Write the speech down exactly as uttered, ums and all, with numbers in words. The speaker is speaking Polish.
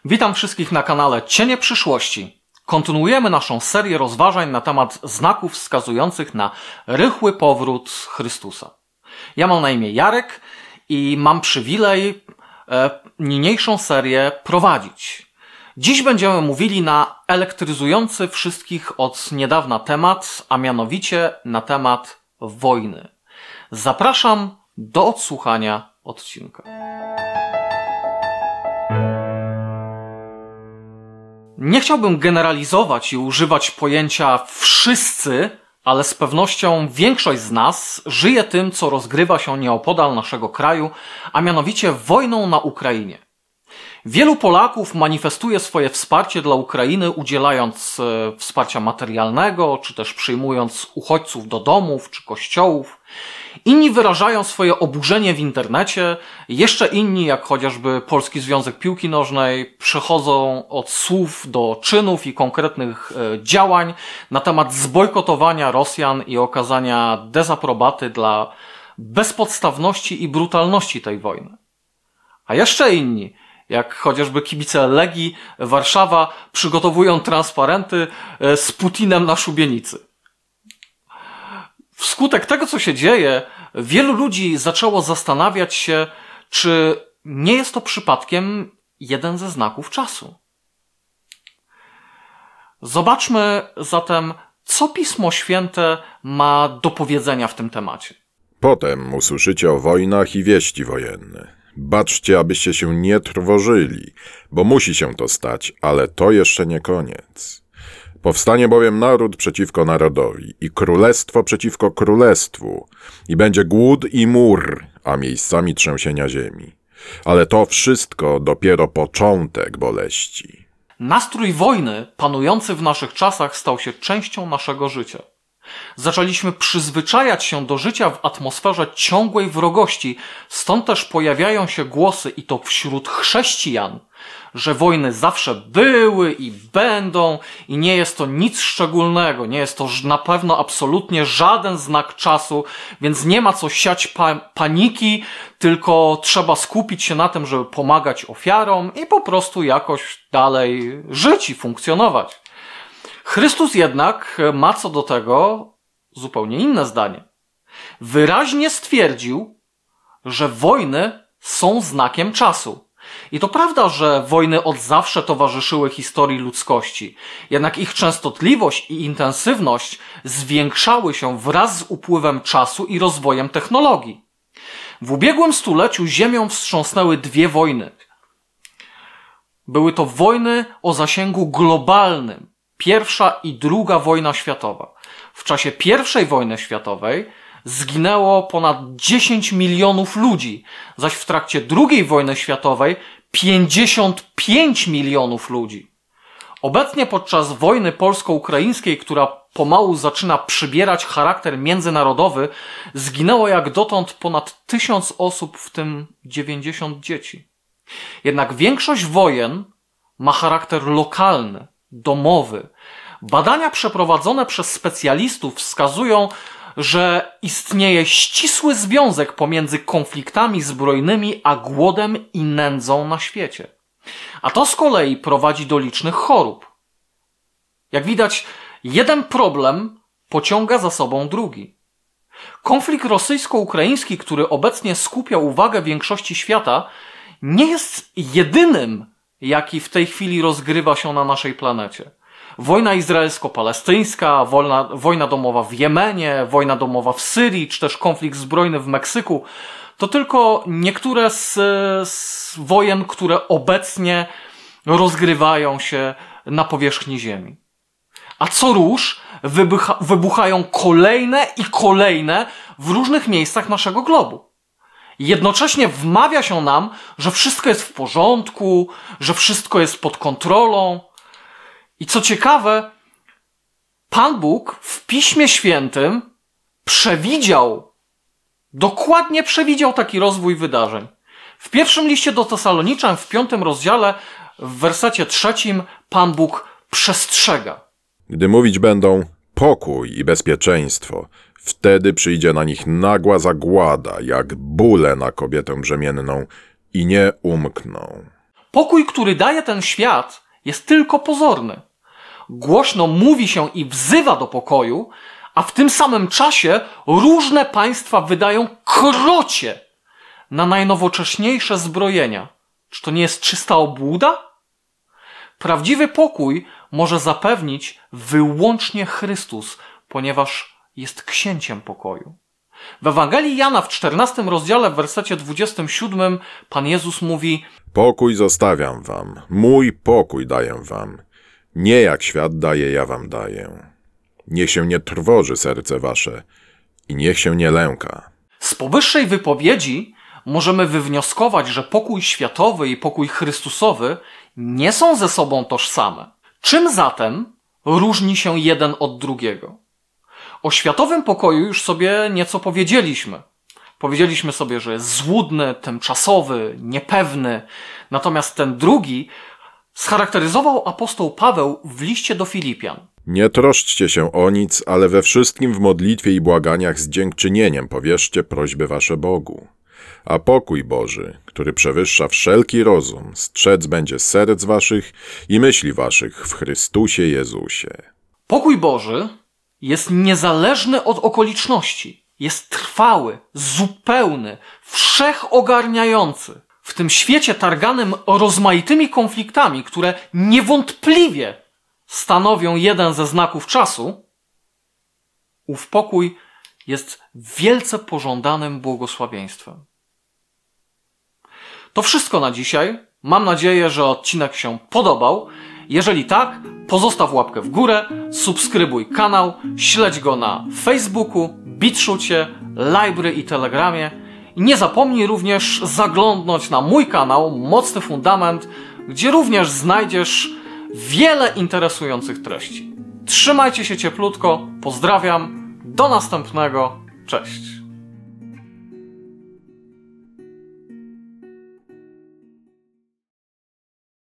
Witam wszystkich na kanale Cienie Przyszłości. Kontynuujemy naszą serię rozważań na temat znaków wskazujących na rychły powrót Chrystusa. Ja mam na imię Jarek i mam przywilej e, niniejszą serię prowadzić. Dziś będziemy mówili na elektryzujący wszystkich od niedawna temat, a mianowicie na temat wojny. Zapraszam do odsłuchania odcinka. Nie chciałbym generalizować i używać pojęcia wszyscy, ale z pewnością większość z nas żyje tym, co rozgrywa się nieopodal naszego kraju, a mianowicie wojną na Ukrainie. Wielu Polaków manifestuje swoje wsparcie dla Ukrainy, udzielając e, wsparcia materialnego, czy też przyjmując uchodźców do domów czy kościołów. Inni wyrażają swoje oburzenie w internecie, jeszcze inni, jak chociażby Polski Związek Piłki Nożnej, przechodzą od słów do czynów i konkretnych e, działań na temat zbojkotowania Rosjan i okazania dezaprobaty dla bezpodstawności i brutalności tej wojny. A jeszcze inni, jak chociażby kibice Legii Warszawa, przygotowują transparenty z Putinem na szubienicy. Wskutek tego, co się dzieje, wielu ludzi zaczęło zastanawiać się, czy nie jest to przypadkiem jeden ze znaków czasu. Zobaczmy zatem, co Pismo Święte ma do powiedzenia w tym temacie. Potem usłyszycie o wojnach i wieści wojenne. Baczcie, abyście się nie trwożyli, bo musi się to stać, ale to jeszcze nie koniec. Powstanie bowiem naród przeciwko narodowi i królestwo przeciwko królestwu i będzie głód i mór, a miejscami trzęsienia ziemi. Ale to wszystko dopiero początek boleści. Nastrój wojny panujący w naszych czasach stał się częścią naszego życia. Zaczęliśmy przyzwyczajać się do życia w atmosferze ciągłej wrogości, stąd też pojawiają się głosy, i to wśród chrześcijan, że wojny zawsze były i będą i nie jest to nic szczególnego, nie jest to na pewno absolutnie żaden znak czasu, więc nie ma co siać pa- paniki, tylko trzeba skupić się na tym, żeby pomagać ofiarom i po prostu jakoś dalej żyć i funkcjonować. Chrystus jednak ma co do tego zupełnie inne zdanie. Wyraźnie stwierdził, że wojny są znakiem czasu. I to prawda, że wojny od zawsze towarzyszyły historii ludzkości, jednak ich częstotliwość i intensywność zwiększały się wraz z upływem czasu i rozwojem technologii. W ubiegłym stuleciu ziemią wstrząsnęły dwie wojny. Były to wojny o zasięgu globalnym. Pierwsza i druga wojna światowa. W czasie pierwszej wojny światowej zginęło ponad dziesięć milionów ludzi, zaś w trakcie drugiej wojny światowej pięćdziesiąt pięć milionów ludzi. Obecnie podczas wojny polsko-ukraińskiej, która pomału zaczyna przybierać charakter międzynarodowy, zginęło jak dotąd ponad tysiąc osób, w tym dziewięćdziesiąt dzieci. Jednak większość wojen ma charakter lokalny, domowy. Badania przeprowadzone przez specjalistów wskazują, że istnieje ścisły związek pomiędzy konfliktami zbrojnymi a głodem i nędzą na świecie. A to z kolei prowadzi do licznych chorób. Jak widać, jeden problem pociąga za sobą drugi. Konflikt rosyjsko-ukraiński, który obecnie skupia uwagę większości świata, nie jest jedynym, jaki w tej chwili rozgrywa się na naszej planecie. Wojna izraelsko-palestyńska, wojna, wojna domowa w Jemenie, wojna domowa w Syrii, czy też konflikt zbrojny w Meksyku, to tylko niektóre z, z wojen, które obecnie rozgrywają się na powierzchni Ziemi. A co róż wybucha, wybuchają kolejne i kolejne w różnych miejscach naszego globu. Jednocześnie wmawia się nam, że wszystko jest w porządku, że wszystko jest pod kontrolą. I co ciekawe, Pan Bóg w Piśmie Świętym przewidział, dokładnie przewidział taki rozwój wydarzeń. W pierwszym liście do Tesaloniczan, w piątym rozdziale, w wersecie trzecim, Pan Bóg przestrzega. Gdy mówić będą pokój i bezpieczeństwo, wtedy przyjdzie na nich nagła zagłada, jak bóle na kobietę brzemienną i nie umkną. Pokój, który daje ten świat, jest tylko pozorny. Głośno mówi się i wzywa do pokoju, a w tym samym czasie różne państwa wydają krocie na najnowocześniejsze zbrojenia. Czy to nie jest czysta obłuda? Prawdziwy pokój może zapewnić wyłącznie Chrystus, ponieważ jest księciem pokoju. W Ewangelii Jana w czternastym rozdziale w wersecie dwudziestym siódmym Pan Jezus mówi: Pokój zostawiam wam, mój pokój daję wam. Nie jak świat daje, ja wam daję. Niech się nie trwoży serce wasze i niech się nie lęka. Z powyższej wypowiedzi możemy wywnioskować, że pokój światowy i pokój Chrystusowy nie są ze sobą tożsame. Czym zatem różni się jeden od drugiego? O światowym pokoju już sobie nieco powiedzieliśmy. Powiedzieliśmy sobie, że jest złudny, tymczasowy, niepewny. Natomiast ten drugi scharakteryzował apostoł Paweł w liście do Filipian. Nie troszczcie się o nic, ale we wszystkim w modlitwie i błaganiach z dziękczynieniem powierzcie prośby wasze Bogu. A pokój Boży, który przewyższa wszelki rozum, strzec będzie serc waszych i myśli waszych w Chrystusie Jezusie. Pokój Boży jest niezależny od okoliczności. Jest trwały, zupełny, wszechogarniający. W tym świecie targanym rozmaitymi konfliktami, które niewątpliwie stanowią jeden ze znaków czasu, ów pokój jest wielce pożądanym błogosławieństwem. To wszystko na dzisiaj. Mam nadzieję, że odcinek się podobał. Jeżeli tak, pozostaw łapkę w górę, subskrybuj kanał, śledź go na Facebooku, BitChucie, Library i Telegramie. I nie zapomnij również zaglądnąć na mój kanał Mocny Fundament, gdzie również znajdziesz wiele interesujących treści. Trzymajcie się cieplutko, pozdrawiam, do następnego, cześć.